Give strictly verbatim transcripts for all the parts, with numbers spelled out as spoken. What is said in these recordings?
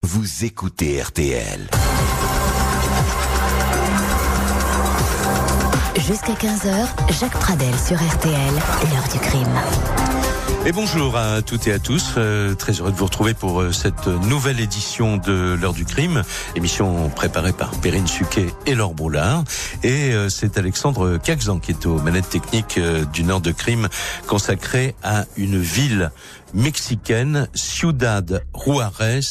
Vous écoutez R T L. Jusqu'à quinze heures, Jacques Pradel sur R T L, l'heure du crime. Et bonjour à toutes et à tous, euh, très heureux de vous retrouver pour euh, cette nouvelle édition de l'heure du crime, émission préparée par Perrine Suquet et Laure Broulard. Et euh, c'est Alexandre Caxan qui est aux manettes techniques euh, d'une heure de crime consacrée à une ville mexicaine, Ciudad Juárez,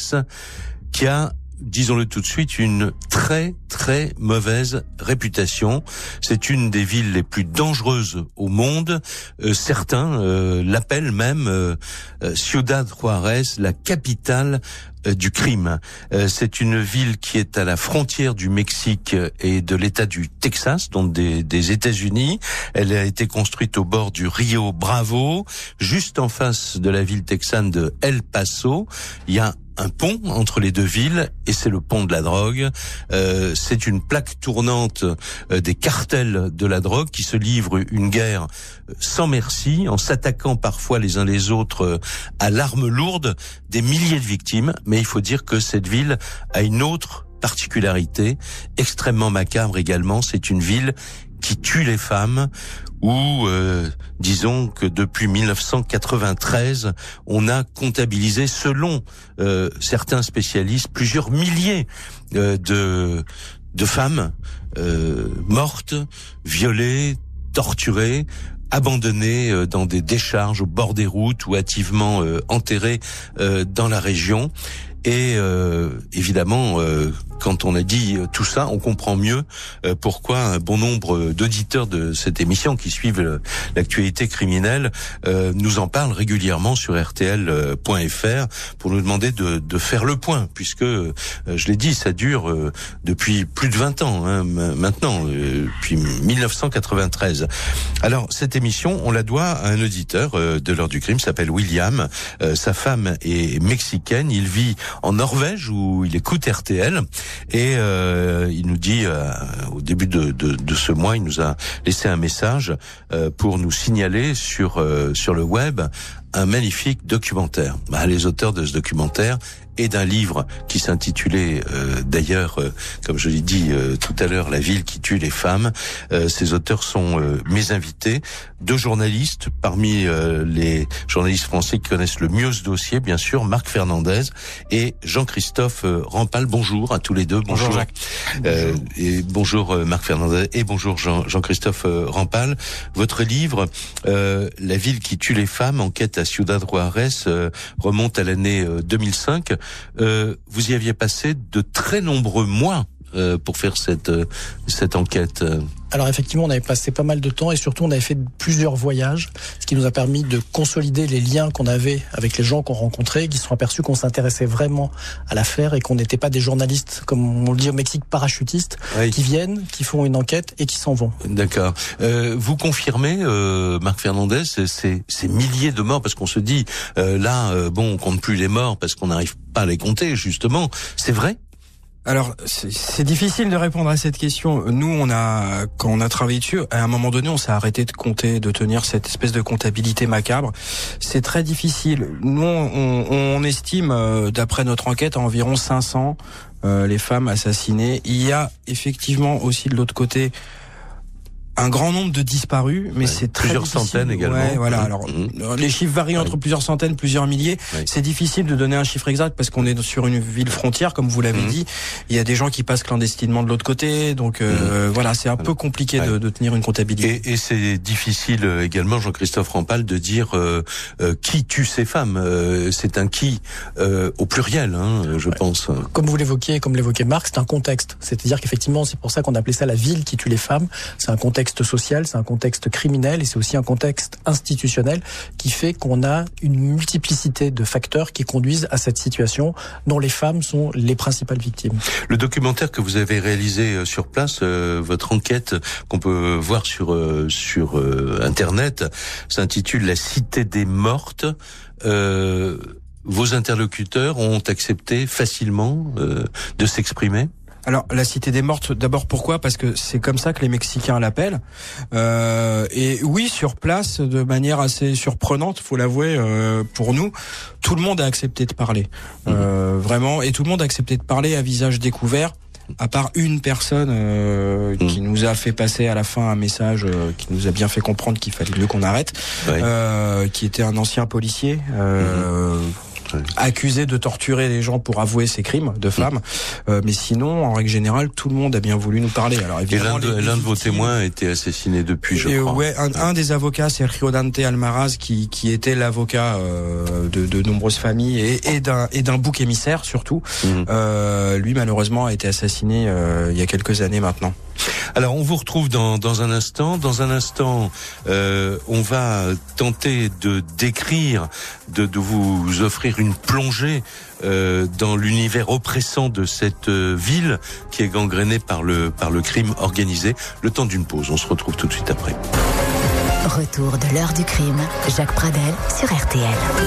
qui a, disons-le tout de suite, une très très mauvaise réputation. C'est une des villes les plus dangereuses au monde. Euh, certains euh, l'appellent même euh, euh, Ciudad Juárez, la capitale euh, du crime. Euh, c'est une ville qui est à la frontière du Mexique et de l'État du Texas, donc des, des États-Unis. Elle a été construite au bord du Rio Bravo, juste en face de la ville texane de El Paso. Il y a un pont entre les deux villes et c'est le pont de la drogue. Euh, c'est une plaque tournante euh, des cartels de la drogue qui se livrent une guerre sans merci en s'attaquant parfois les uns les autres euh, à l'arme lourde, des milliers de victimes. Mais il faut dire que cette ville a une autre particularité, extrêmement macabre également. C'est une ville qui tue les femmes, où, euh, disons que depuis mille neuf cent quatre-vingt-treize, on a comptabilisé, selon euh, certains spécialistes, plusieurs milliers euh, de de femmes euh, mortes, violées, torturées, abandonnées euh, dans des décharges au bord des routes ou hâtivement euh, enterrées euh, dans la région. Et euh, évidemment, euh, quand on a dit tout ça, on comprend mieux euh, pourquoi un bon nombre d'auditeurs de cette émission qui suivent l'actualité criminelle euh, nous en parlent régulièrement sur R T L point F R pour nous demander de, de faire le point, puisque, euh, je l'ai dit, ça dure euh, depuis plus de vingt ans, hein, maintenant, euh, depuis mille neuf cent quatre-vingt-treize. Alors, cette émission, on la doit à un auditeur euh, de l'heure du crime, s'appelle William. Euh, sa femme est mexicaine, il vit en Norvège où il écoute R T L et euh, il nous dit euh, au début de, de, de ce mois, il nous a laissé un message euh, pour nous signaler sur euh, sur le web un magnifique documentaire. Bah, les auteurs de ce documentaire et d'un livre qui s'intitulait euh, d'ailleurs, euh, comme je l'ai dit euh, tout à l'heure, La ville qui tue les femmes. Euh, ces auteurs sont euh, mes invités, deux journalistes parmi euh, les journalistes français qui connaissent le mieux ce dossier, bien sûr, Marc Fernandez et Jean-Christophe euh, Rampal. Bonjour à tous les deux. Bonjour, bonjour Jacques. Euh, bonjour. Et bonjour euh, Marc Fernandez et bonjour Jean, Jean-Christophe euh, Rampal. Votre livre, euh, La ville qui tue les femmes, enquête à Ciudad Juárez, euh, remonte à l'année euh, deux mille cinq. Euh, vous y aviez passé de très nombreux mois euh, pour faire cette euh, cette enquête. Alors effectivement, on avait passé pas mal de temps et surtout on avait fait plusieurs voyages, ce qui nous a permis de consolider les liens qu'on avait avec les gens qu'on rencontrait, qui se sont aperçus qu'on s'intéressait vraiment à l'affaire et qu'on n'était pas des journalistes, comme on le dit au Mexique, parachutistes, oui, qui viennent, qui font une enquête et qui s'en vont. D'accord. Euh, vous confirmez, euh, Marc Fernandez, ces, ces milliers de morts, parce qu'on se dit, euh, là, euh, bon, on compte plus les morts parce qu'on n'arrive pas à les compter, justement. C'est vrai ? Alors, c'est, c'est difficile de répondre à cette question. Nous, on a, quand on a travaillé dessus, à un moment donné, on s'est arrêté de compter, de tenir cette espèce de comptabilité macabre. C'est très difficile. Nous, on, on estime, euh, d'après notre enquête, à environ cinq cents euh, les femmes assassinées. Il y a effectivement aussi de l'autre côté un grand nombre de disparus, mais ouais, c'est très plusieurs difficile. centaines également. Ouais, voilà. Mmh. Alors, mmh. les chiffres varient entre ouais. plusieurs centaines, plusieurs milliers. Ouais. C'est difficile de donner un chiffre exact parce qu'on est sur une ville frontière, comme vous l'avez mmh. dit. Il y a des gens qui passent clandestinement de l'autre côté, donc euh, mmh. voilà, c'est un voilà. peu compliqué ouais. de, de tenir une comptabilité. Et, et c'est difficile également, Jean-Christophe Rampal, de dire euh, euh, qui tue ces femmes. Euh, c'est un qui euh, au pluriel, hein, je ouais. pense. Comme vous l'évoquiez, comme l'évoquait Marc, c'est un contexte. C'est-à-dire qu'effectivement, c'est pour ça qu'on appelait ça la ville qui tue les femmes. C'est un contexte social, c'est un contexte criminel et c'est aussi un contexte institutionnel qui fait qu'on a une multiplicité de facteurs qui conduisent à cette situation dont les femmes sont les principales victimes. Le documentaire que vous avez réalisé sur place, euh, votre enquête qu'on peut voir sur euh, sur euh, Internet, s'intitule La Cité des Mortes. Euh, vos interlocuteurs ont accepté facilement euh, de s'exprimer ? Alors, la Cité des Mortes, d'abord pourquoi ? Parce que c'est comme ça que les Mexicains l'appellent. Euh, et oui, sur place, de manière assez surprenante, faut l'avouer, euh, pour nous, tout le monde a accepté de parler. Euh, vraiment, et tout le monde a accepté de parler à visage découvert. À part une personne euh, mmh. qui nous a fait passer à la fin un message euh, qui nous a bien fait comprendre qu'il fallait mieux qu'on arrête, ouais. euh, qui était un ancien policier euh, mmh. accusé de torturer les gens pour avouer ses crimes de femmes. Mmh. Euh, mais sinon, en règle générale, tout le monde a bien voulu nous parler. Alors évidemment, et l'un de, les, l'un les de vos témoins a été assassiné depuis, je et crois. Ouais, un, un des avocats, Sergio Dante Almaraz, qui, qui était l'avocat euh, de, de nombreuses familles et, et d'un et d'un bouc émissaire surtout. Mmh. Euh, lui, malheureusement, a été assassiné euh, il y a quelques années maintenant. Alors, on vous retrouve dans, dans un instant. Dans un instant, euh, on va tenter de décrire, de, de vous offrir une plongée euh, dans l'univers oppressant de cette euh, ville qui est gangrénée par le, par le crime organisé. Le temps d'une pause. On se retrouve tout de suite après. Retour de l'heure du crime. Jacques Pradel sur R T L.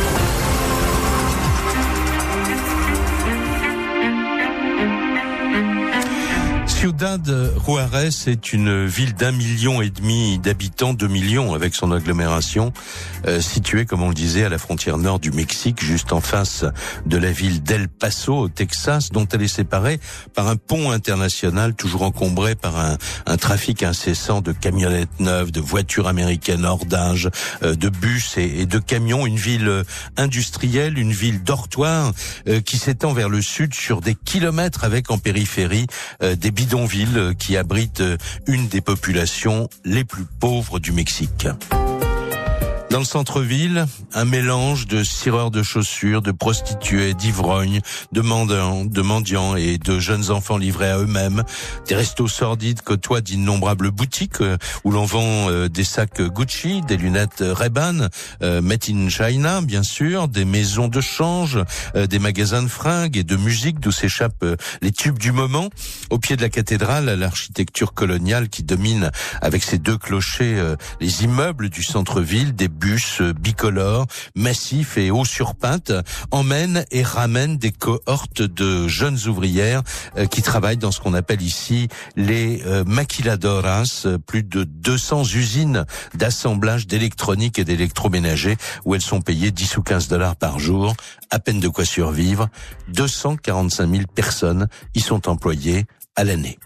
Ciudad Juárez est une ville d'un million et demi d'habitants, deux millions avec son agglomération, euh, située, comme on le disait, à la frontière nord du Mexique, juste en face de la ville d'El Paso, au Texas, dont elle est séparée par un pont international toujours encombré par un, un trafic incessant de camionnettes neuves, de voitures américaines hors d'âge, euh, de bus et, et de camions. Une ville industrielle, une ville dortoir euh, qui s'étend vers le sud sur des kilomètres avec en périphérie euh, des bidonvilles qui abrite une des populations les plus pauvres du Mexique. Dans le centre-ville, un mélange de cireurs de chaussures, de prostituées, d'ivrognes, de mendiants, de mendiants et de jeunes enfants livrés à eux-mêmes. Des restos sordides côtoient d'innombrables boutiques où l'on vend des sacs Gucci, des lunettes Ray-Ban, euh, Made in China, bien sûr, des maisons de change, euh, des magasins de fringues et de musique d'où s'échappent les tubes du moment. Au pied de la cathédrale, l'architecture coloniale qui domine avec ses deux clochers euh, les immeubles du centre-ville, des bus bicolores, massifs et hauts sur pinte emmènent et ramènent des cohortes de jeunes ouvrières euh, qui travaillent dans ce qu'on appelle ici les euh, maquiladoras, plus de deux cents usines d'assemblage d'électronique et d'électroménager où elles sont payées dix ou quinze dollars par jour, à peine de quoi survivre. deux cent quarante-cinq mille personnes y sont employées à l'année.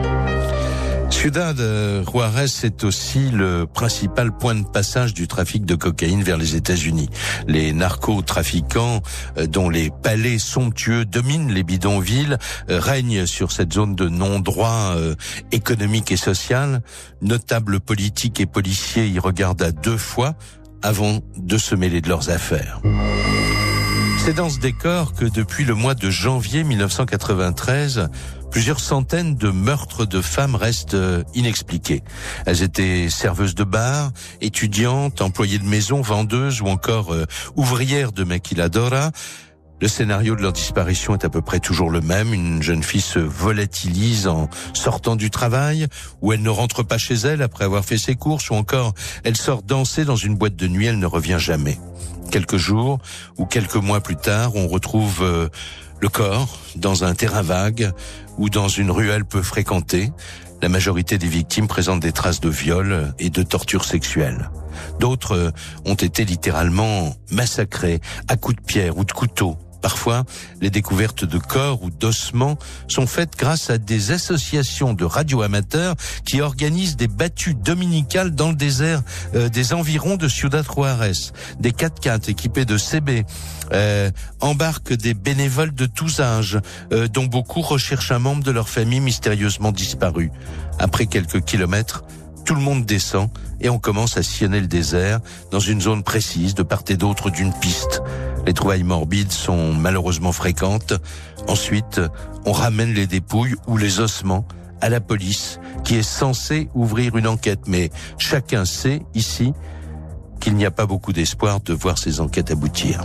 Ciudad Juárez, c'est aussi le principal point de passage du trafic de cocaïne vers les États-Unis. Les narcotrafiquants, dont les palais somptueux dominent les bidonvilles, règnent sur cette zone de non-droit euh, économique et social. Notables politiques et policiers y regardent à deux fois avant de se mêler de leurs affaires. C'est dans ce décor que depuis le mois de janvier mille neuf cent quatre-vingt-treize, plusieurs centaines de meurtres de femmes restent inexpliqués. Elles étaient serveuses de bar, étudiantes, employées de maison, vendeuses ou encore euh, ouvrières de maquiladora. Le scénario de leur disparition est à peu près toujours le même. Une jeune fille se volatilise en sortant du travail, ou elle ne rentre pas chez elle après avoir fait ses courses, ou encore elle sort danser dans une boîte de nuit, elle ne revient jamais. Quelques jours ou quelques mois plus tard, on retrouve euh, le corps dans un terrain vague ou dans une ruelle peu fréquentée. La majorité des victimes présentent des traces de viol et de torture sexuelle. D'autres ont été littéralement massacrés à coups de pierre ou de couteau. Parfois, les découvertes de corps ou d'ossements sont faites grâce à des associations de radioamateurs qui organisent des battues dominicales dans le désert euh, des environs de Ciudad Juárez. Des quatre-quatre équipés de C B euh, embarquent des bénévoles de tous âges, euh, dont beaucoup recherchent un membre de leur famille mystérieusement disparu. Après quelques kilomètres, tout le monde descend et on commence à sillonner le désert dans une zone précise de part et d'autre d'une piste. Les trouvailles morbides sont malheureusement fréquentes. Ensuite, on ramène les dépouilles ou les ossements à la police qui est censée ouvrir une enquête. Mais chacun sait ici qu'il n'y a pas beaucoup d'espoir de voir ces enquêtes aboutir.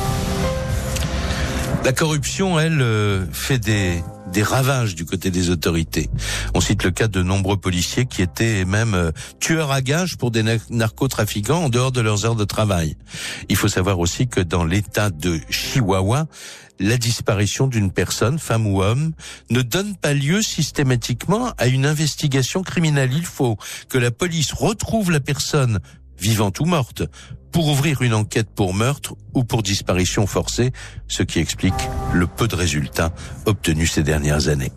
La corruption, elle, fait des... des ravages du côté des autorités. On cite le cas de nombreux policiers qui étaient même euh, tueurs à gages pour des narcotrafiquants en dehors de leurs heures de travail. Il faut savoir aussi que dans l'état de Chihuahua, la disparition d'une personne, femme ou homme, ne donne pas lieu systématiquement à une investigation criminelle. Il faut que la police retrouve la personne, vivante ou morte, pour ouvrir une enquête pour meurtre ou pour disparition forcée, ce qui explique le peu de résultats obtenus ces dernières années.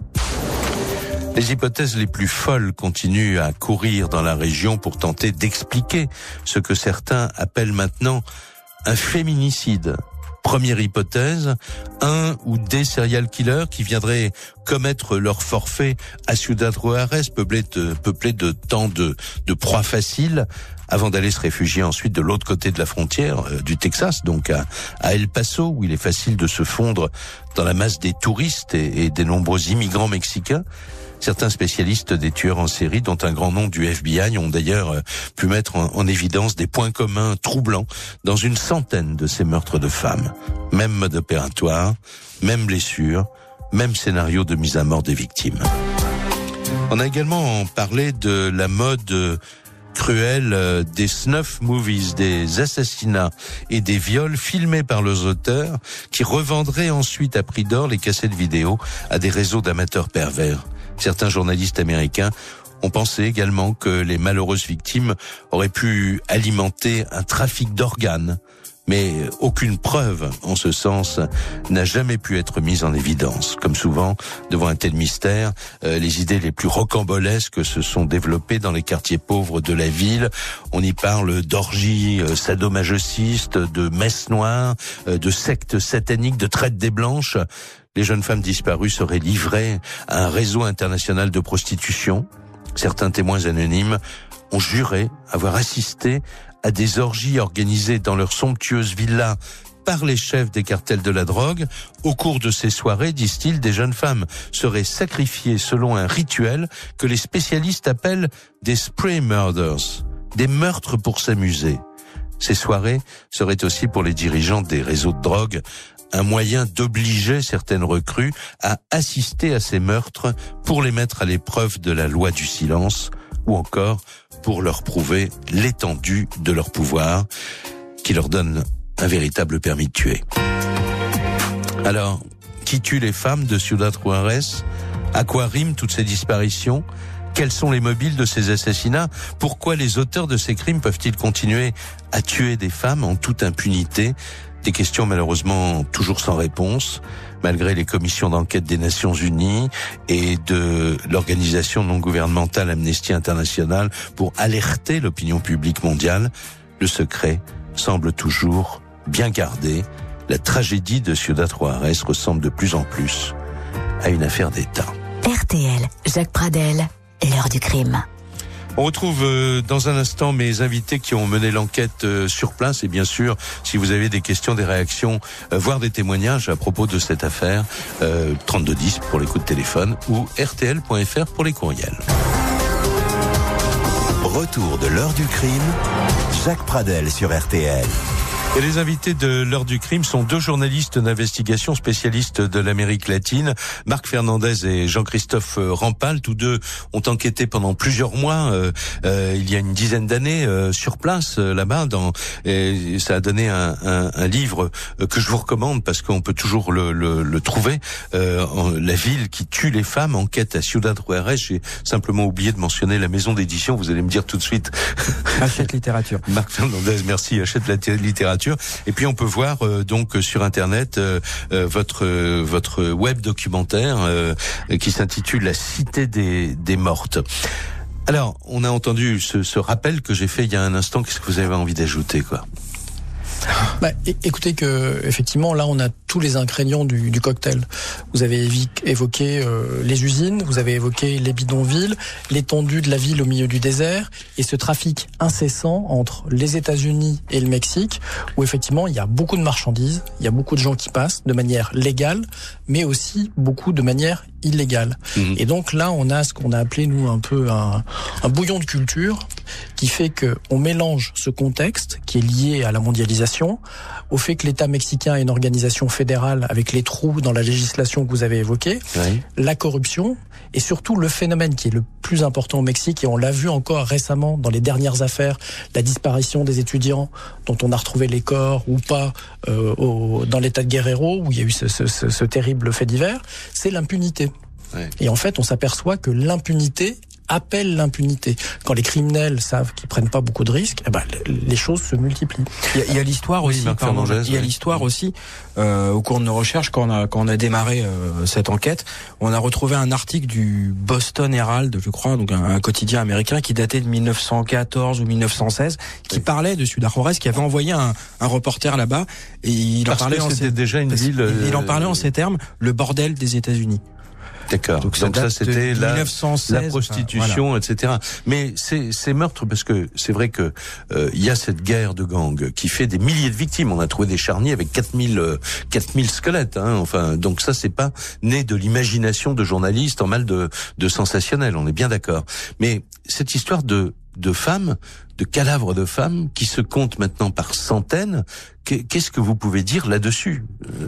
Les hypothèses les plus folles continuent à courir dans la région pour tenter d'expliquer ce que certains appellent maintenant un féminicide. Première hypothèse, un ou des serial killers qui viendraient commettre leur forfait à Ciudad Juárez, peuplé de, peuplé de tant de, de proies faciles, avant d'aller se réfugier ensuite de l'autre côté de la frontière, euh, du Texas, donc à, à El Paso, où il est facile de se fondre dans la masse des touristes et, et des nombreux immigrants mexicains. Certains spécialistes des tueurs en série, dont un grand nombre du F B I, ont d'ailleurs pu mettre en, en évidence des points communs troublants dans une centaine de ces meurtres de femmes. Même mode opératoire, même blessure, même scénario de mise à mort des victimes. On a également parlé de la mode cruelle des snuff movies, des assassinats et des viols filmés par leurs auteurs qui revendraient ensuite à prix d'or les cassettes vidéo à des réseaux d'amateurs pervers. Certains journalistes américains ont pensé également que les malheureuses victimes auraient pu alimenter un trafic d'organes, mais aucune preuve en ce sens n'a jamais pu être mise en évidence. Comme souvent, devant un tel mystère, euh, les idées les plus rocambolesques se sont développées dans les quartiers pauvres de la ville. On y parle d'orgies euh, sadomasochistes, de messes noires, euh, de sectes sataniques, de traite des blanches. Les jeunes femmes disparues seraient livrées à un réseau international de prostitution. Certains témoins anonymes ont juré avoir assisté à des orgies organisées dans leurs somptueuses villas par les chefs des cartels de la drogue. Au cours de ces soirées, disent-ils, des jeunes femmes seraient sacrifiées selon un rituel que les spécialistes appellent des spray murders, des meurtres pour s'amuser. Ces soirées seraient aussi pour les dirigeants des réseaux de drogue un moyen d'obliger certaines recrues à assister à ces meurtres pour les mettre à l'épreuve de la loi du silence ou encore pour leur prouver l'étendue de leur pouvoir qui leur donne un véritable permis de tuer. Alors, qui tue les femmes de Ciudad Juárez? À quoi riment toutes ces disparitions? Quels sont les mobiles de ces assassinats? Pourquoi les auteurs de ces crimes peuvent-ils continuer à tuer des femmes en toute impunité? Des questions malheureusement toujours sans réponse, malgré les commissions d'enquête des Nations Unies et de l'organisation non gouvernementale Amnesty International pour alerter l'opinion publique mondiale. Le secret semble toujours bien gardé. La tragédie de Ciudad Juárez ressemble de plus en plus à une affaire d'État. R T L, Jacques Pradel, l'heure du crime. On retrouve euh, dans un instant mes invités qui ont mené l'enquête euh, sur place et bien sûr, si vous avez des questions, des réactions, euh, voire des témoignages à propos de cette affaire, euh, trente-deux dix pour les coups de téléphone ou R T L point F R pour les courriels. Retour de l'heure du crime, Jacques Pradel sur R T L. Et les invités de l'heure du crime sont deux journalistes d'investigation spécialistes de l'Amérique latine, Marc Fernandez et Jean-Christophe Rampal. Tous deux ont enquêté pendant plusieurs mois, euh, euh, il y a une dizaine d'années, euh, sur place euh, là-bas. Dans, et ça a donné un, un, un livre euh, que je vous recommande parce qu'on peut toujours le, le, le trouver. Euh, en, La ville qui tue les femmes, enquête à Ciudad Juárez. J'ai simplement oublié de mentionner la maison d'édition. Vous allez me dire tout de suite. Hachette Littérature. Marc Fernandez, merci. Hachette la littérature. Et puis on peut voir euh, donc sur internet euh, euh, votre euh, votre web documentaire euh, qui s'intitule La Cité des des mortes. Alors, on a entendu ce, ce rappel que j'ai fait il y a un instant. Qu'est-ce que vous avez envie d'ajouter, quoi? Bah, écoutez que effectivement là on a tous les ingrédients du, du cocktail. Vous avez évoqué euh, les usines, vous avez évoqué les bidonvilles, l'étendue de la ville au milieu du désert et ce trafic incessant entre les États-Unis et le Mexique où effectivement il y a beaucoup de marchandises, il y a beaucoup de gens qui passent de manière légale mais aussi beaucoup de manière illégale. Mmh. Et donc là on a ce qu'on a appelé nous un peu un, un bouillon de culture qui fait que on mélange ce contexte qui est lié à la mondialisation, au fait que l'État mexicain est une organisation fédérale avec les trous dans la législation que vous avez évoqués, oui. la corruption et surtout le phénomène qui est le plus important au Mexique, et on l'a vu encore récemment dans les dernières affaires, la disparition des étudiants dont on a retrouvé les corps ou pas euh, au, dans l'État de Guerrero, où il y a eu ce, ce, ce, ce terrible fait divers, c'est l'impunité. Oui. Et en fait, on s'aperçoit que l'impunité appelle l'impunité. Quand les criminels savent qu'ils prennent pas beaucoup de risques, eh ben, les choses se multiplient. Il y a, il y a l'histoire aussi, oui, pardon, il y a l'histoire oui. aussi, euh, au cours de nos recherches, quand on a, quand on a démarré euh, cette enquête, on a retrouvé un article du Boston Herald, je crois, donc un, un quotidien américain qui datait de mille neuf cent quatorze ou mille neuf cent seize, qui oui. parlait de Ciudad Juárez, qui avait envoyé un, un reporter là-bas, et il Parce en parlait que en c'était ces, déjà une ville. Il, il en parlait en ces termes, le bordel des États-Unis. D'accord. Donc, Donc ça, c'était la, mille neuf cent seize, la prostitution, voilà. et cetera. Mais c'est ces meurtres, parce que c'est vrai que euh, il y a cette guerre de gangs qui fait des milliers de victimes. On a trouvé des charniers avec quatre mille squelettes. Hein. Enfin, donc ça, c'est pas né de l'imagination de journalistes en mal de, de sensationnel. On est bien d'accord. Mais cette histoire de de femmes, de cadavres de femmes qui se comptent maintenant par centaines, qu'est-ce que vous pouvez dire là-dessus? euh...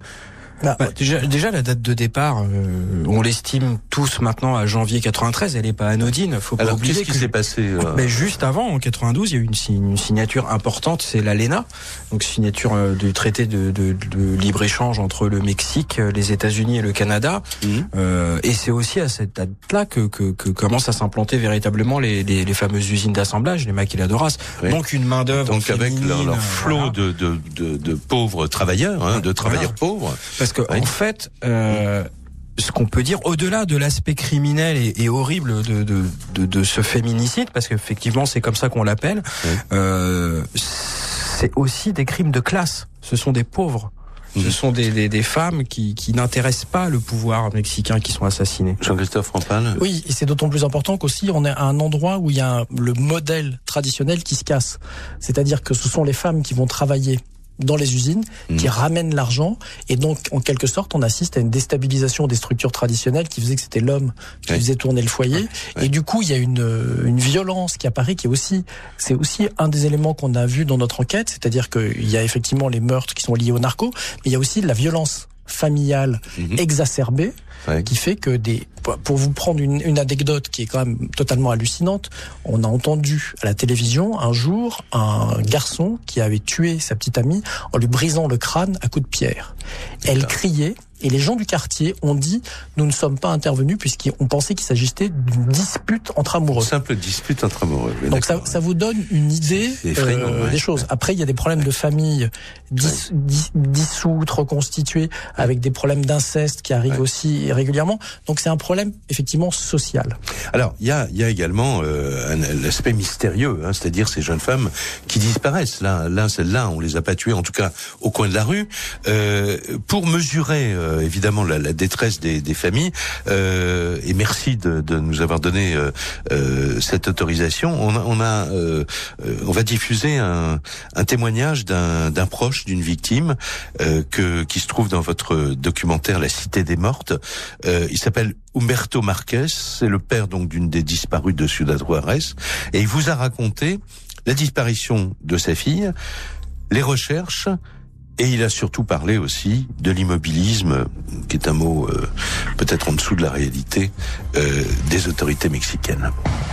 Bah, déjà, déjà la date de départ, euh, on l'estime tous maintenant à janvier quatre-vingt-treize. Elle est pas anodine. Faut pas Alors, oublier qu'est-ce qui que s'est passé euh... Mais juste avant, en quatre-vingt-douze, il y a eu une, une signature importante, c'est l'A L E N A, donc signature euh, du traité de, de, de libre-échange entre le Mexique, les États-Unis et le Canada. Mmh. Euh, et c'est aussi à cette date-là que, que, que commencent à s'implanter véritablement les, les, les fameuses usines d'assemblage, les maquiladoras. Oui. Donc une main d'œuvre. Donc avec leur, leur flot voilà. de, de, de, de pauvres travailleurs, hein, de travailleurs voilà. pauvres. Parce que oui. en fait, euh, ce qu'on peut dire au-delà de l'aspect criminel et, et horrible de, de, de, de ce féminicide, parce qu'effectivement c'est comme ça qu'on l'appelle, oui. euh, c'est aussi des crimes de classe. Ce sont des pauvres. Ce sont des, des, des femmes qui, qui n'intéressent pas le pouvoir mexicain qui sont assassinées. Jean-Christophe Rampal. Oui, et c'est d'autant plus important qu'aussi on est à un endroit où il y a un, le modèle traditionnel qui se casse. C'est-à-dire que ce sont les femmes qui vont travailler dans les usines, mmh. qui ramènent l'argent, et donc en quelque sorte on assiste à une déstabilisation des structures traditionnelles qui faisait que c'était l'homme qui oui. faisait tourner le foyer, oui. et oui. du coup il y a une une violence qui apparaît, qui est aussi c'est aussi un des éléments qu'on a vu dans notre enquête, c'est-à-dire qu'il y a effectivement les meurtres qui sont liés au narco, mais il y a aussi la violence familiale mmh. exacerbée, ouais. qui fait que des, pour vous prendre une, une anecdote qui est quand même totalement hallucinante, on a entendu à la télévision un jour un garçon qui avait tué sa petite amie en lui brisant le crâne à coups de pierre. Elle D'accord. criait, et les gens du quartier ont dit « Nous ne sommes pas intervenus puisqu'on pensait qu'il s'agissait d'une dispute entre amoureux. » Une simple dispute entre amoureux. Donc ça, ça vous donne une idée euh, ouais. des choses. Après, il y a des problèmes de famille dis, ouais. dis, dissoutes, reconstituées, avec des problèmes d'inceste qui arrivent ouais. aussi régulièrement. Donc c'est un problème effectivement social. Alors il y a, il y a également euh, un aspect mystérieux, hein, c'est-à-dire ces jeunes femmes qui disparaissent. Là, là, celles-là, on les a pas tuées, en tout cas au coin de la rue, euh, pour mesurer euh, évidemment la, la détresse des, des familles. Euh, et merci de, de nous avoir donné euh, euh, cette autorisation. On a, on a, euh, on va diffuser un, un témoignage d'un, d'un proche d'une victime euh, que qui se trouve dans votre documentaire La Cité des Mortes. Euh, il s'appelle Humberto Marquez, c'est le père donc d'une des disparues de Ciudad Juárez, et il vous a raconté la disparition de sa fille, les recherches. Et il a surtout parlé aussi de l'immobilisme, qui est un mot euh, peut-être en dessous de la réalité, euh, des autorités mexicaines.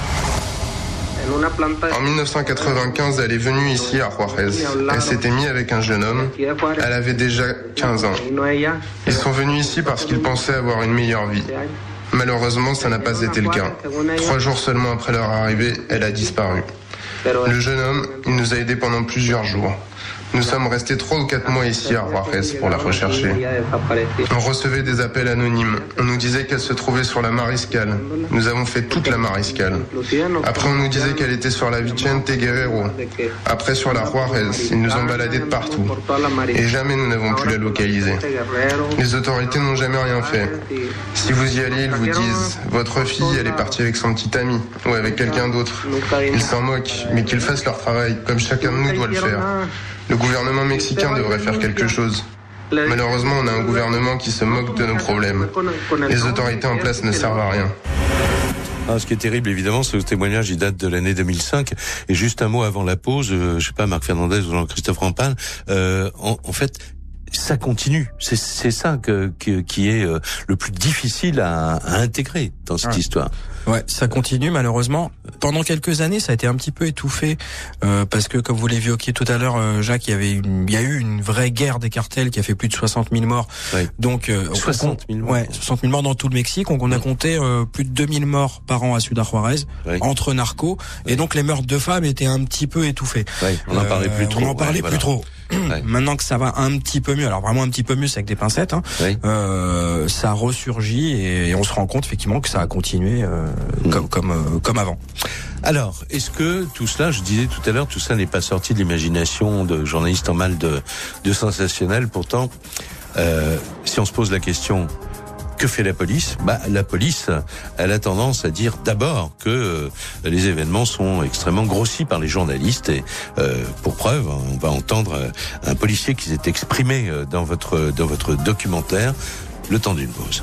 En mille neuf cent quatre-vingt-quinze, elle est venue ici à Juárez. Elle s'était mise avec un jeune homme. Elle avait déjà quinze ans. Ils sont venus ici parce qu'ils pensaient avoir une meilleure vie. Malheureusement, ça n'a pas été le cas. Trois jours seulement après leur arrivée, elle a disparu. Le jeune homme, il nous a aidés pendant plusieurs jours. Nous sommes restés trois ou quatre mois ici à Juárez pour la rechercher. On recevait des appels anonymes. On nous disait qu'elle se trouvait sur la Mariscal. Nous avons fait toute la Mariscal. Après, on nous disait qu'elle était sur la Vicente Guerrero. Après, sur la Juárez. Ils nous ont baladés de partout. Et jamais nous n'avons pu la localiser. Les autorités n'ont jamais rien fait. Si vous y allez, ils vous disent « Votre fille, elle est partie avec son petit ami ou avec quelqu'un d'autre. » Ils s'en moquent, mais qu'ils fassent leur travail, comme chacun de nous doit le faire. Le gouvernement mexicain devrait faire quelque chose. Malheureusement, on a un gouvernement qui se moque de nos problèmes. Les autorités en place ne servent à rien. Ah, ce qui est terrible, évidemment, ce témoignage, il date de l'année deux mille cinq. Et juste un mot avant la pause, euh, je sais pas, Marc Fernandez ou Jean-Christophe Rampal, euh, en, en fait, ça continue. C'est, c'est ça que, que, qui est euh, le plus difficile à, à intégrer dans cette ouais. histoire. Ouais, ça continue malheureusement. Pendant quelques années, ça a été un petit peu étouffé euh, parce que, comme vous l'évoquiez tout à l'heure, euh, Jacques, il y avait une, il y a eu une vraie guerre des cartels qui a fait plus de soixante mille morts. Ouais. Donc euh, soixante mille morts. Ouais, soixante mille morts dans tout le Mexique. Donc on a compté euh, plus de deux mille morts par an à Ciudad Juárez ouais. entre narcos. Ouais. Et donc les meurtres de femmes étaient un petit peu étouffés. Ouais, on n'en parlait plus trop. On n'en parlait ouais, plus voilà. trop. Ouais. Maintenant que ça va un petit peu mieux, alors vraiment un petit peu mieux, c'est avec des pincettes, hein, oui. euh, ça ressurgit et, et on se rend compte effectivement que ça a continué euh, mmh. comme comme euh, comme avant. Alors, est-ce que tout cela, je disais tout à l'heure, tout ça n'est pas sorti de l'imagination de journalistes en mal de, de sensationnel. Pourtant, euh, si on se pose la question, que fait la police ? Bah, la police, elle a tendance à dire d'abord que euh, les événements sont extrêmement grossis par les journalistes. Et euh, pour preuve, on va entendre euh, un policier qui s'est exprimé euh, dans votre dans votre documentaire. Le temps d'une pause.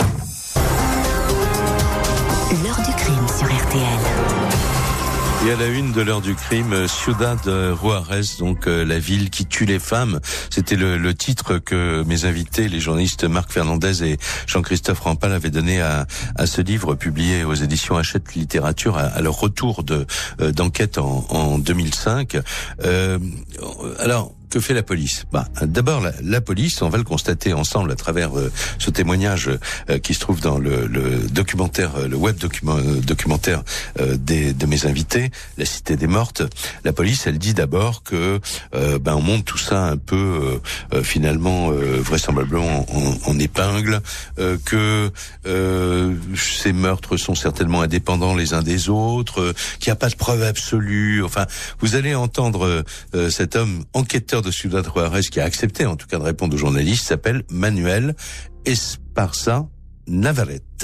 L'heure du crime sur R T L. Et à la une de l'heure du crime, Ciudad Juárez, donc euh, la ville qui tue les femmes. C'était le, le titre que mes invités, les journalistes Marc Fernandez et Jean-Christophe Rampal, avaient donné à, à ce livre publié aux éditions Hachette Littérature à, à leur retour de euh, d'enquête en, en deux mille cinq. Euh, alors. Que fait la police ? Bah, d'abord, la, la police, on va le constater ensemble à travers euh, ce témoignage euh, qui se trouve dans le, le documentaire, le web document, euh, documentaire euh, des, de mes invités, La Cité des Mortes. La police, elle dit d'abord que euh, ben on monte tout ça un peu euh, euh, finalement euh, vraisemblablement en, en, en épingle, euh, que euh, ces meurtres sont certainement indépendants les uns des autres, euh, qu'il n'y a pas de preuve absolue. Enfin, vous allez entendre euh, cet homme enquêteur de Ciudad Juárez qui a accepté en tout cas de répondre aux journalistes, s'appelle Manuel Esparza Navarrete.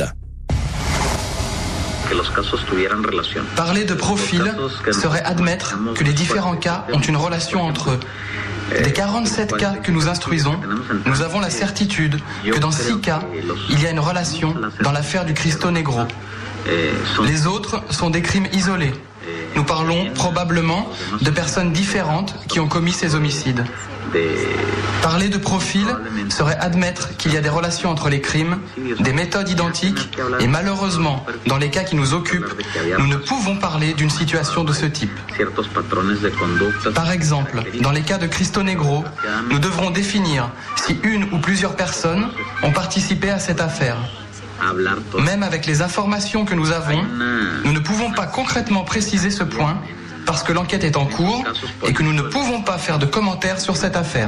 Parler de profil serait admettre que les différents cas ont une relation entre eux. Des quarante-sept cas que nous instruisons, nous avons la certitude que dans six cas, il y a une relation dans l'affaire du Cristo Negro. Les autres sont des crimes isolés. Nous parlons probablement de personnes différentes qui ont commis ces homicides. Parler de profil serait admettre qu'il y a des relations entre les crimes, des méthodes identiques, et malheureusement, dans les cas qui nous occupent, nous ne pouvons parler d'une situation de ce type. Par exemple, dans les cas de Cristo Negro, nous devrons définir si une ou plusieurs personnes ont participé à cette affaire. Même avec les informations que nous avons, nous ne pouvons pas concrètement préciser ce point parce que l'enquête est en cours et que nous ne pouvons pas faire de commentaires sur cette affaire.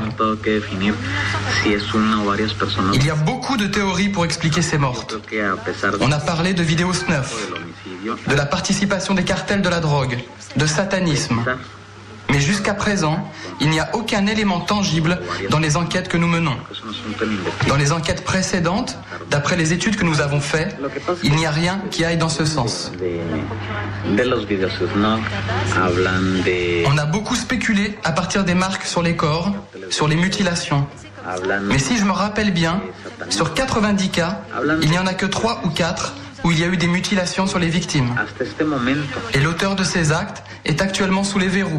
Il y a beaucoup de théories pour expliquer ces mortes. On a parlé de vidéos snuff, de la participation des cartels de la drogue, de satanisme. Mais jusqu'à présent, il n'y a aucun élément tangible dans les enquêtes que nous menons. Dans les enquêtes précédentes, d'après les études que nous avons faites, il n'y a rien qui aille dans ce sens. On a beaucoup spéculé à partir des marques sur les corps, sur les mutilations. Mais si je me rappelle bien, sur quatre-vingt-dix cas, il n'y en a que trois ou quatre où il y a eu des mutilations sur les victimes. Et l'auteur de ces actes est actuellement sous les verrous.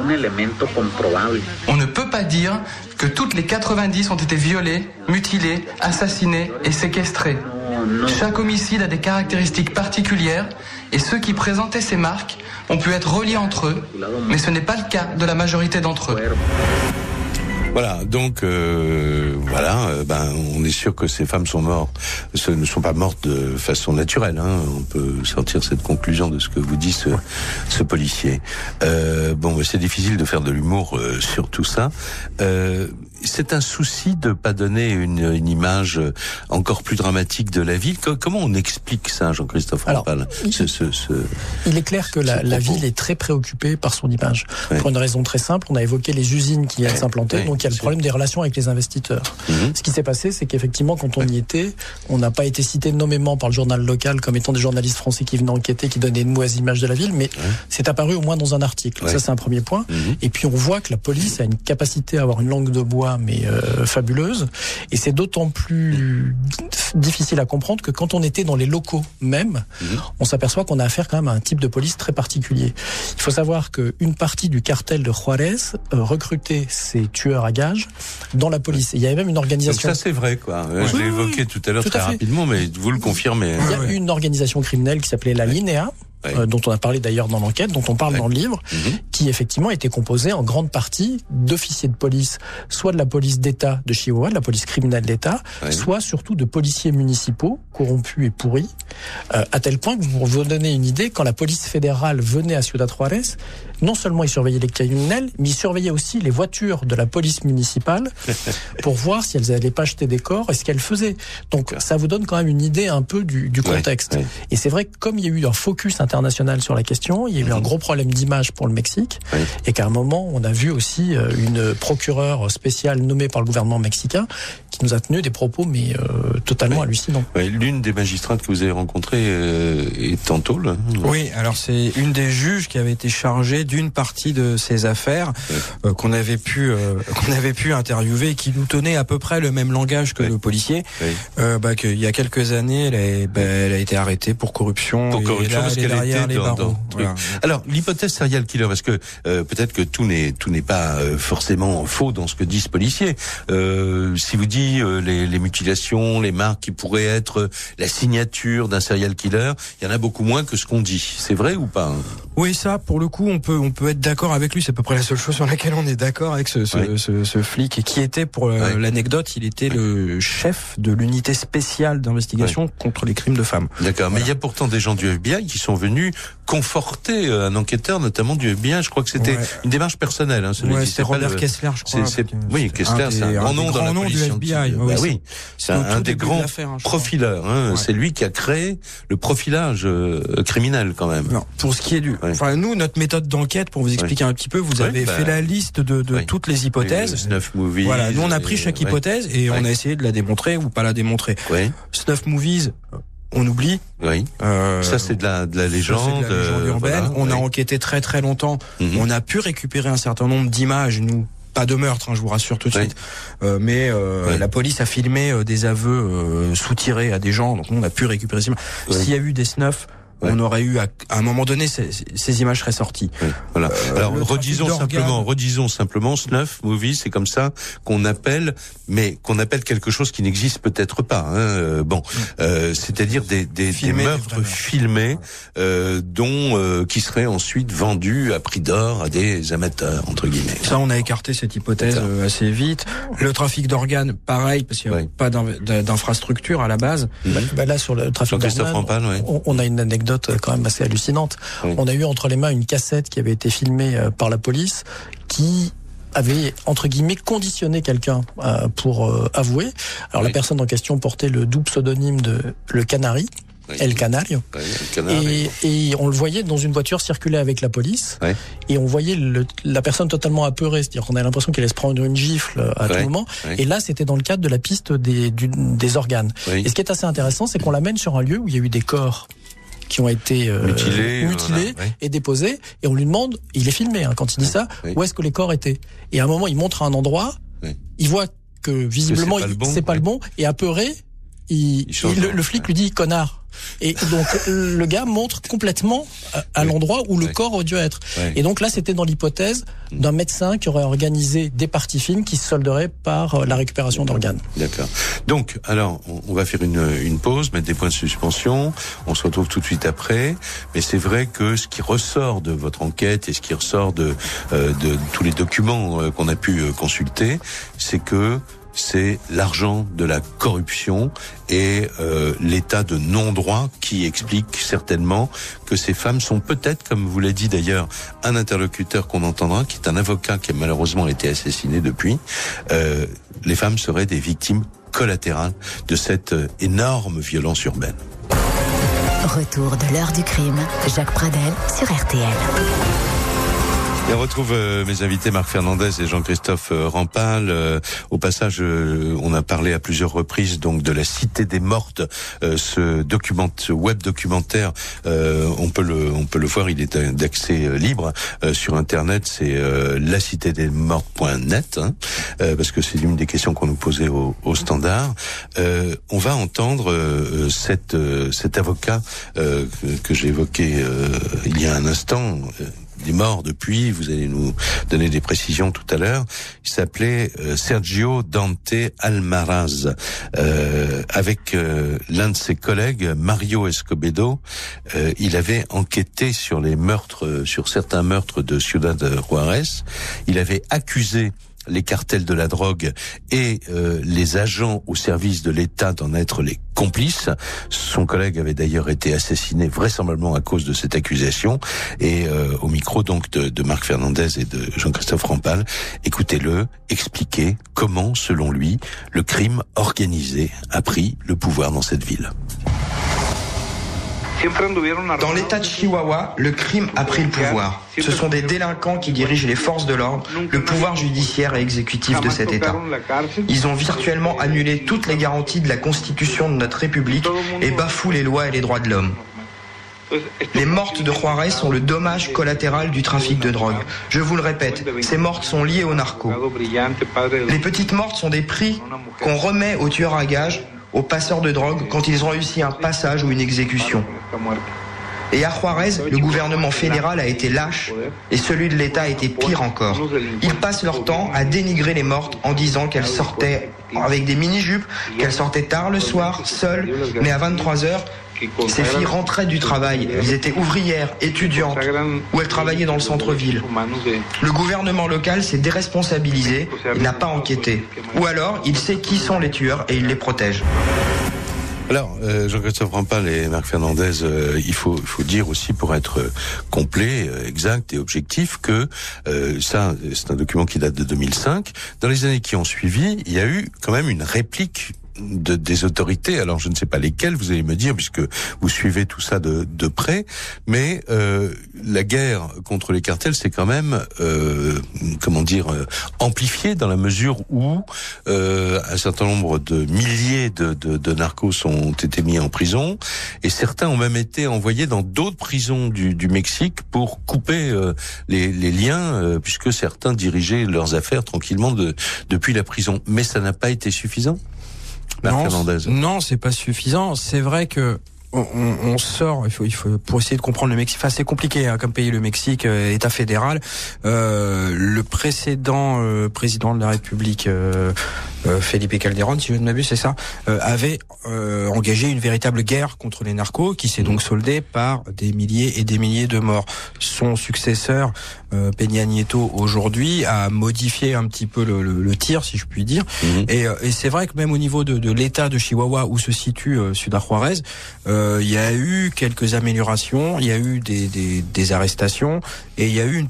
On ne peut pas dire que toutes les quatre-vingt-dix ont été violées, mutilées, assassinées et séquestrées. Chaque homicide a des caractéristiques particulières et ceux qui présentaient ces marques ont pu être reliés entre eux, mais ce n'est pas le cas de la majorité d'entre eux. Voilà, donc euh, voilà, euh, ben on est sûr que ces femmes sont mortes, ce ne sont pas mortes de façon naturelle. Hein, on peut sortir cette conclusion de ce que vous dit ce, ce policier. Euh, bon, c'est difficile de faire de l'humour euh, sur tout ça. Euh, c'est un souci de pas donner une, une image encore plus dramatique de la ville. Comment on explique ça, Jean-Christophe Rampal ? ce, ce, ce, Il est clair que la, la ville est très préoccupée par son image. Ouais. Pour une raison très simple, on a évoqué les usines qui viennent ouais. s'implanter, ouais, donc il y a le problème des relations avec les investisseurs. Mmh. Ce qui s'est passé, c'est qu'effectivement, quand on ouais. y était, on n'a pas été cité nommément par le journal local comme étant des journalistes français qui venaient enquêter, qui donnaient une mauvaise image de la ville, mais ouais. c'est apparu au moins dans un article. Ouais. Ça, c'est un premier point. Mmh. Et puis, on voit que la police a une capacité à avoir une langue de bois joie mais euh, fabuleuse. Et c'est d'autant plus difficile à comprendre que quand on était dans les locaux même, mmh. on s'aperçoit qu'on a affaire quand même à un type de police très particulier. Il faut savoir qu'une partie du cartel de Juarez euh, recrutait ces tueurs à gages dans la police. Et il y avait même une organisation... Donc ça c'est vrai quoi. Ouais. Je l'ai évoqué oui, tout à l'heure tout très à rapidement, mais vous le confirmez. Il y a ouais. une organisation criminelle qui s'appelait la Linea, Oui. Euh, dont on a parlé d'ailleurs dans l'enquête, dont on parle oui. dans le livre, mmh. qui effectivement était composée en grande partie d'officiers de police, soit de la police d'État de Chihuahua, de la police criminelle d'État, oui. soit surtout de policiers municipaux corrompus et pourris, euh, à tel point que pour vous donner une idée, quand la police fédérale venait à Ciudad Juárez, non seulement ils surveillaient les criminels, mais ils surveillaient aussi les voitures de la police municipale pour voir si elles n'allaient pas jeter des corps et ce qu'elles faisaient. Donc ça vous donne quand même une idée un peu du, du contexte. Oui. Oui. Et c'est vrai que comme il y a eu un focus international sur la question, il y a eu mmh. un gros problème d'image pour le Mexique, oui. et qu'à un moment on a vu aussi une procureure spéciale nommée par le gouvernement mexicain qui nous a tenu des propos mais euh, totalement oui. hallucinants. Oui, l'une des magistrates que vous avez rencontrées euh, est en tôle. Oui, alors c'est une des juges qui avait été chargée d'une partie de ces affaires oui. euh, qu'on avait pu euh, qu'on avait pu interviewer et qui nous tenait à peu près le même langage que oui. le policier. Oui. Euh, bah, qu'il y a quelques années, elle a, bah, elle a été arrêtée pour corruption. Pour corruption, là, parce qu'elle était les dans, barreaux. dans voilà. Alors l'hypothèse serial killer, parce que euh, peut-être que tout n'est tout n'est pas euh, forcément faux dans ce que dit ce policier. Euh, si vous dit euh, les, les mutilations, les marques qui pourraient être la signature d'un serial killer, il y en a beaucoup moins que ce qu'on dit. C'est vrai ou pas? Oui, ça, pour le coup, on peut on peut être d'accord avec lui. C'est à peu près la seule chose sur laquelle on est d'accord avec ce ce, oui. ce, ce flic, et qui était, pour oui. l'anecdote, il était oui. le chef de l'unité spéciale d'investigation oui. contre les crimes de femmes. D'accord, voilà. Mais il y a pourtant des gens du F B I qui sont venus conforter un enquêteur, notamment du F B I. Je crois que c'était ouais. une démarche personnelle. Hein, ouais, c'est Robert le... Kessler, je crois. C'est, c'est... Oui, Kessler, c'est un grand nom dans la police du F B I. Bah oui, oui. c'est un, un des grands hein, profileurs. Hein. Ouais. C'est lui qui a créé le profilage euh, criminel, quand même. Non, pour ce qui est du, ouais. enfin nous, notre méthode d'enquête, pour vous expliquer ouais. un petit peu, vous ouais, avez bah... fait la liste de, de ouais. toutes les hypothèses. Snuff Movies. Voilà, nous on a pris chaque hypothèse ouais. et ouais. on a essayé de la démontrer ou pas la démontrer. Ouais. Snuff Movies. On oublie. Oui. Euh, ça c'est de la de la légende, de la légende urbaine. Voilà, on oui. a enquêté très très longtemps. Mm-hmm. On a pu récupérer un certain nombre d'images. Nous, pas de meurtre, hein, je vous rassure tout de oui. suite. Euh, mais euh, oui. la police a filmé euh, des aveux euh, sous-tirés à des gens. Donc on a pu récupérer ces images. Oui. S'il y a eu des snuffs, ouais. on aurait eu à, à un moment donné ces, ces images seraient sorties. Oui, voilà. Euh, Alors redisons simplement, redisons simplement, snuff movie, c'est comme ça qu'on appelle, mais qu'on appelle quelque chose qui n'existe peut-être pas. Hein. Bon, euh, c'est-à-dire des, des, des meurtres filmés euh, dont euh, qui seraient ensuite vendus à prix d'or à des amateurs entre guillemets. Ça, on a écarté cette hypothèse euh, assez vite. Le trafic d'organes, pareil, parce qu'il n'y a oui. pas d'infrastructure à la base. Mmh. Bah, là, sur le trafic d'organes, Rampal, ouais. on, on a une anecdote quand même assez hallucinante. Oui. On a eu entre les mains une cassette qui avait été filmée par la police qui avait, entre guillemets, conditionné quelqu'un euh, pour euh, avouer. Alors oui. la personne en question portait le double pseudonyme de Le Canari. Oui. El Canario. Oui, El Canario. Et, et on le voyait dans une voiture circuler avec la police. Oui. Et on voyait le, la personne totalement apeurée. C'est-à-dire qu'on a l'impression qu'elle allait se prendre une gifle à oui. tout moment. Oui. Et là, c'était dans le cadre de la piste des, du, des organes. Oui. Et ce qui est assez intéressant, c'est qu'on l'amène sur un lieu où il y a eu des corps qui ont été euh, mutilés, mutilés voilà, oui. et déposés. Et on lui demande, il est filmé hein, quand il dit oui. ça, oui. où est-ce que les corps étaient. Et à un moment, il montre un endroit, oui. il voit que visiblement, c'est pas, il, le, bon, c'est pas oui. le bon. Et apeuré, il, il, il le, le flic ouais. lui dit connard. Et donc le gars montre complètement à, à oui. l'endroit où le oui. corps aurait dû être. Oui. Et donc là, c'était dans l'hypothèse d'un médecin qui aurait organisé des parties fines qui se solderaient par la récupération D'accord. d'organes. D'accord. Donc, alors, on va faire une, une pause, mettre des points de suspension. On se retrouve tout de suite après. Mais c'est vrai que ce qui ressort de votre enquête et ce qui ressort de, euh, de tous les documents euh, qu'on a pu euh, consulter, c'est que c'est l'argent de la corruption et euh, l'état de non-droit qui explique certainement que ces femmes sont peut-être, comme vous l'a dit d'ailleurs un interlocuteur qu'on entendra, qui est un avocat qui a malheureusement été assassiné depuis, euh, les femmes seraient des victimes collatérales de cette énorme violence urbaine. Retour de l'heure du crime, Jacques Pradel sur R T L. Et on retrouve euh, mes invités Marc Fernandez et Jean-Christophe euh, Rampal. Euh, au passage, euh, on a parlé à plusieurs reprises donc de la Cité des Mortes. Euh, ce document, ce web documentaire, euh, on peut le, on peut le voir. Il est d'accès euh, libre euh, sur Internet. C'est euh, la cité des mortes point net, hein, euh, parce que c'est l'une des questions qu'on nous posait au, au standard. Euh, on va entendre euh, cette, euh, cet avocat euh, que, que j'ai évoqué euh, il y a un instant. Euh, Il est mort depuis, vous allez nous donner des précisions tout à l'heure. Il s'appelait euh, Sergio Dante Almaraz. Euh, avec euh, l'un de ses collègues, Mario Escobedo, euh, il avait enquêté sur les meurtres, euh, sur certains meurtres de Ciudad Juárez. Il avait accusé les cartels de la drogue et euh, les agents au service de l'État d'en être les complices. Son collègue avait d'ailleurs été assassiné vraisemblablement à cause de cette accusation. Et euh, au micro donc de, de Marc Fernandez et de Jean-Christophe Rampal, écoutez-le expliquer comment, selon lui, le crime organisé a pris le pouvoir dans cette ville. Dans l'état de Chihuahua, le crime a pris le pouvoir. Ce sont des délinquants qui dirigent les forces de l'ordre, le pouvoir judiciaire et exécutif de cet État. Ils ont virtuellement annulé toutes les garanties de la Constitution de notre République et bafouent les lois et les droits de l'homme. Les mortes de Juárez sont le dommage collatéral du trafic de drogue. Je vous le répète, ces mortes sont liées aux narcos. Les petites mortes sont des prix qu'on remet aux tueurs à gages, aux passeurs de drogue, quand ils ont réussi un passage ou une exécution. Et à Juárez, le gouvernement fédéral a été lâche et celui de l'État a été pire encore. Ils passent leur temps à dénigrer les mortes en disant qu'elles sortaient avec des mini-jupes, qu'elles sortaient tard le soir, seules, mais à vingt-trois heures, ces filles rentraient du travail. Elles étaient ouvrières, étudiantes, ou elles travaillaient dans le centre-ville. Le gouvernement local s'est déresponsabilisé, il n'a pas enquêté. Ou alors, il sait qui sont les tueurs et il les protège. Alors, euh, Jean-Christophe Rampal et Marc Fernandez, euh, il faut, il faut dire aussi, pour être euh, complet, euh, exact et objectif, que euh, ça, c'est un document qui date de deux mille cinq. Dans les années qui ont suivi, il y a eu quand même une réplique de, des autorités. Alors, je ne sais pas lesquelles, vous allez me dire, puisque vous suivez tout ça de, de près, mais euh, la guerre contre les cartels, c'est quand même, euh, comment dire, euh, amplifié dans la mesure où euh, un certain nombre de milliers de, de, de narcos ont été mis en prison, et certains ont même été envoyés dans d'autres prisons du, du Mexique pour couper euh, les, les liens, euh, puisque certains dirigeaient leurs affaires tranquillement de, depuis la prison. Mais ça n'a pas été suffisant. Non, non, c'est pas suffisant. C'est vrai que on, on sort. Il faut, il faut pour essayer de comprendre le Mexique. Enfin, c'est compliqué hein, comme pays le Mexique, euh, État fédéral. Euh, le précédent euh, président de la République, euh, euh, Felipe Calderón, si je ne m'abuse, c'est ça, euh, avait euh, engagé une véritable guerre contre les narcos, qui s'est donc soldée par des milliers et des milliers de morts. Son successeur, euh, Peña Nieto, aujourd'hui, a modifié un petit peu le, le, le tir, si je puis dire. Mmh. Et, et c'est vrai que même au niveau de, de l'État de Chihuahua, où se situe euh, Ciudad Juárez, euh, il y a eu quelques améliorations, il y a eu des, des, des arrestations, et il y a eu une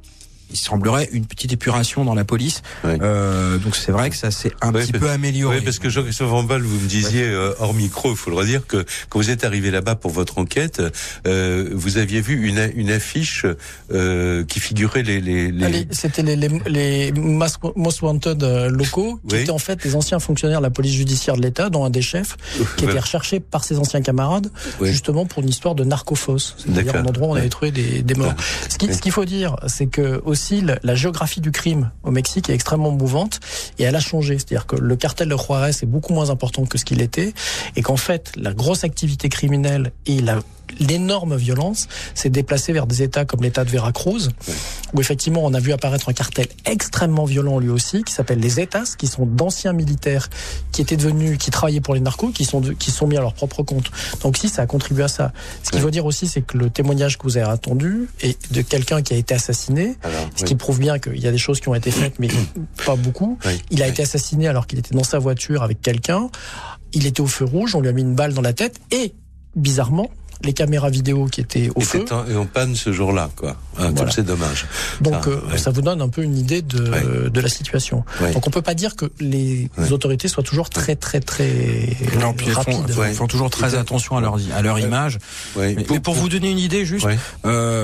il semblerait une petite épuration dans la police. Oui. Euh, donc c'est vrai que ça s'est un oui, petit peu amélioré. Oui, parce que Jean-Christophe Rampal, vous me disiez oui. euh, hors micro, il faut le redire, que quand vous êtes arrivé là-bas pour votre enquête, euh, vous aviez vu une, une affiche euh, qui figurait les... les, les... Allez, c'était les, les, les Most Wanted locaux, qui oui. étaient en fait les anciens fonctionnaires de la police judiciaire de l'État, dont un des chefs, qui était recherché par ses anciens camarades, oui. justement pour une histoire de narcophos, c'est-à-dire un endroit où on avait trouvé des, des morts. Ce qu'il ce qu'il faut dire, c'est que aussi la géographie du crime au Mexique est extrêmement mouvante et elle a changé. C'est-à-dire que le cartel de Juárez est beaucoup moins important que ce qu'il était et qu'en fait, la grosse activité criminelle et la l'énorme violence s'est déplacée vers des États comme l'État de Veracruz, oui. où effectivement on a vu apparaître un cartel extrêmement violent lui aussi, qui s'appelle les Zetas, qui sont d'anciens militaires qui étaient devenus, qui travaillaient pour les narcos, qui sont de, qui sont mis à leur propre compte. Donc si ça a contribué à ça. Ce qu'il oui. faut dire aussi, c'est que le témoignage que vous avez attendu est de quelqu'un qui a été assassiné, alors, ce oui. qui prouve bien qu'il y a des choses qui ont été faites, mais pas beaucoup. Oui. Il a oui. été assassiné alors qu'il était dans sa voiture avec quelqu'un. Il était au feu rouge, on lui a mis une balle dans la tête et bizarrement, les caméras vidéo qui étaient au feu. Et en panne ce jour-là, quoi. Hein, voilà. Comme c'est dommage. Donc, ça, euh, ouais. ça vous donne un peu une idée de, ouais. de la situation. Ouais. Donc, on peut pas dire que les ouais. autorités soient toujours très, très, très non, puis rapides. Ils font, ouais. font toujours très attention à leur, à leur image. Ouais. Mais, pour, mais pour vous donner une idée, juste, ouais. euh,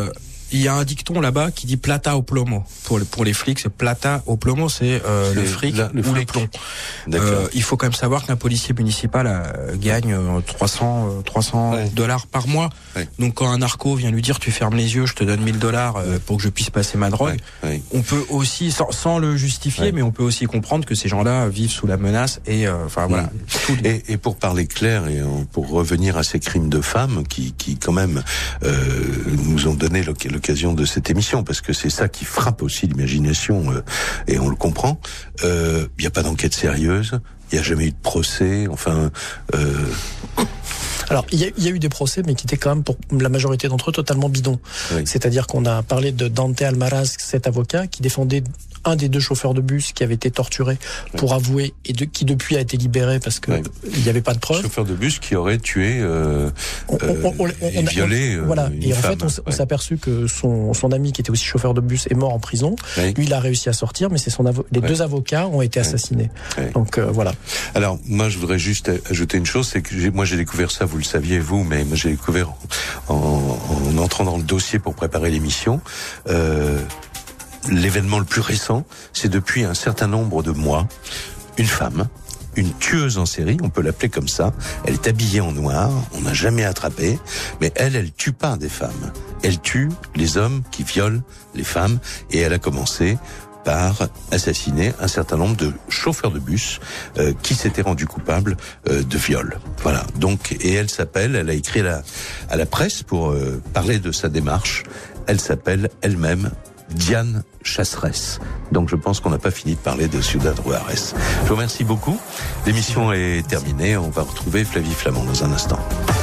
il y a un dicton là-bas qui dit plata au plomo. Pour, pour les flics, c'est plata au plomo, c'est, euh, le fric la, le ou fric. le plomb. Euh, il faut quand même savoir qu'un policier municipal euh, gagne euh, trois cents dollars ouais. par mois. Ouais. Donc quand un narco vient lui dire tu fermes les yeux, je te donne mille dollars euh, pour que je puisse passer ma drogue, ouais. Ouais. on peut aussi, sans, sans le justifier, ouais. mais on peut aussi comprendre que ces gens-là vivent sous la menace et euh, enfin voilà. Mmh. Et, et pour parler clair et pour revenir à ces crimes de femmes qui, qui quand même euh, nous ont donné l'occasion de cette émission, parce que c'est ça qui frappe aussi l'imagination euh, et on le comprend. Il euh, n'y a pas d'enquête sérieuse, il n'y a jamais eu de procès, enfin... Euh... Alors, il y, a, il y a eu des procès, mais qui étaient quand même, pour la majorité d'entre eux, totalement bidons. Oui. C'est-à-dire qu'on a parlé de Dante Almaraz, cet avocat, qui défendait un des deux chauffeurs de bus qui avait été torturé pour oui. avouer et de, qui depuis a été libéré parce que oui. il n'y avait pas de preuves. Chauffeur de bus qui aurait tué euh, on, on, on, on, et violé on, voilà. une et femme. En fait, on, ouais. on s'est aperçu que son, son ami qui était aussi chauffeur de bus est mort en prison. Oui. Lui, il a réussi à sortir, mais c'est son avo- les oui. deux avocats ont été assassinés. Oui. Donc euh, voilà. Alors moi, je voudrais juste ajouter une chose, c'est que j'ai, moi j'ai découvert ça, vous le saviez vous, mais moi j'ai découvert en, en, en entrant dans le dossier pour préparer l'émission. Euh, L'événement le plus récent, c'est depuis un certain nombre de mois, une femme, une tueuse en série, on peut l'appeler comme ça, elle est habillée en noir, on n'a jamais attrapé, mais elle, elle tue pas des femmes. Elle tue les hommes qui violent les femmes, et elle a commencé par assassiner un certain nombre de chauffeurs de bus euh, qui s'étaient rendus coupables euh, de viol. Voilà. Donc, et elle s'appelle, elle a écrit à la, à la presse pour euh, parler de sa démarche, elle s'appelle elle-même Diane Chasseresse. Donc je pense qu'on n'a pas fini de parler de Ciudad Juárez. Je vous remercie beaucoup. L'émission est terminée. On va retrouver Flavie Flament dans un instant.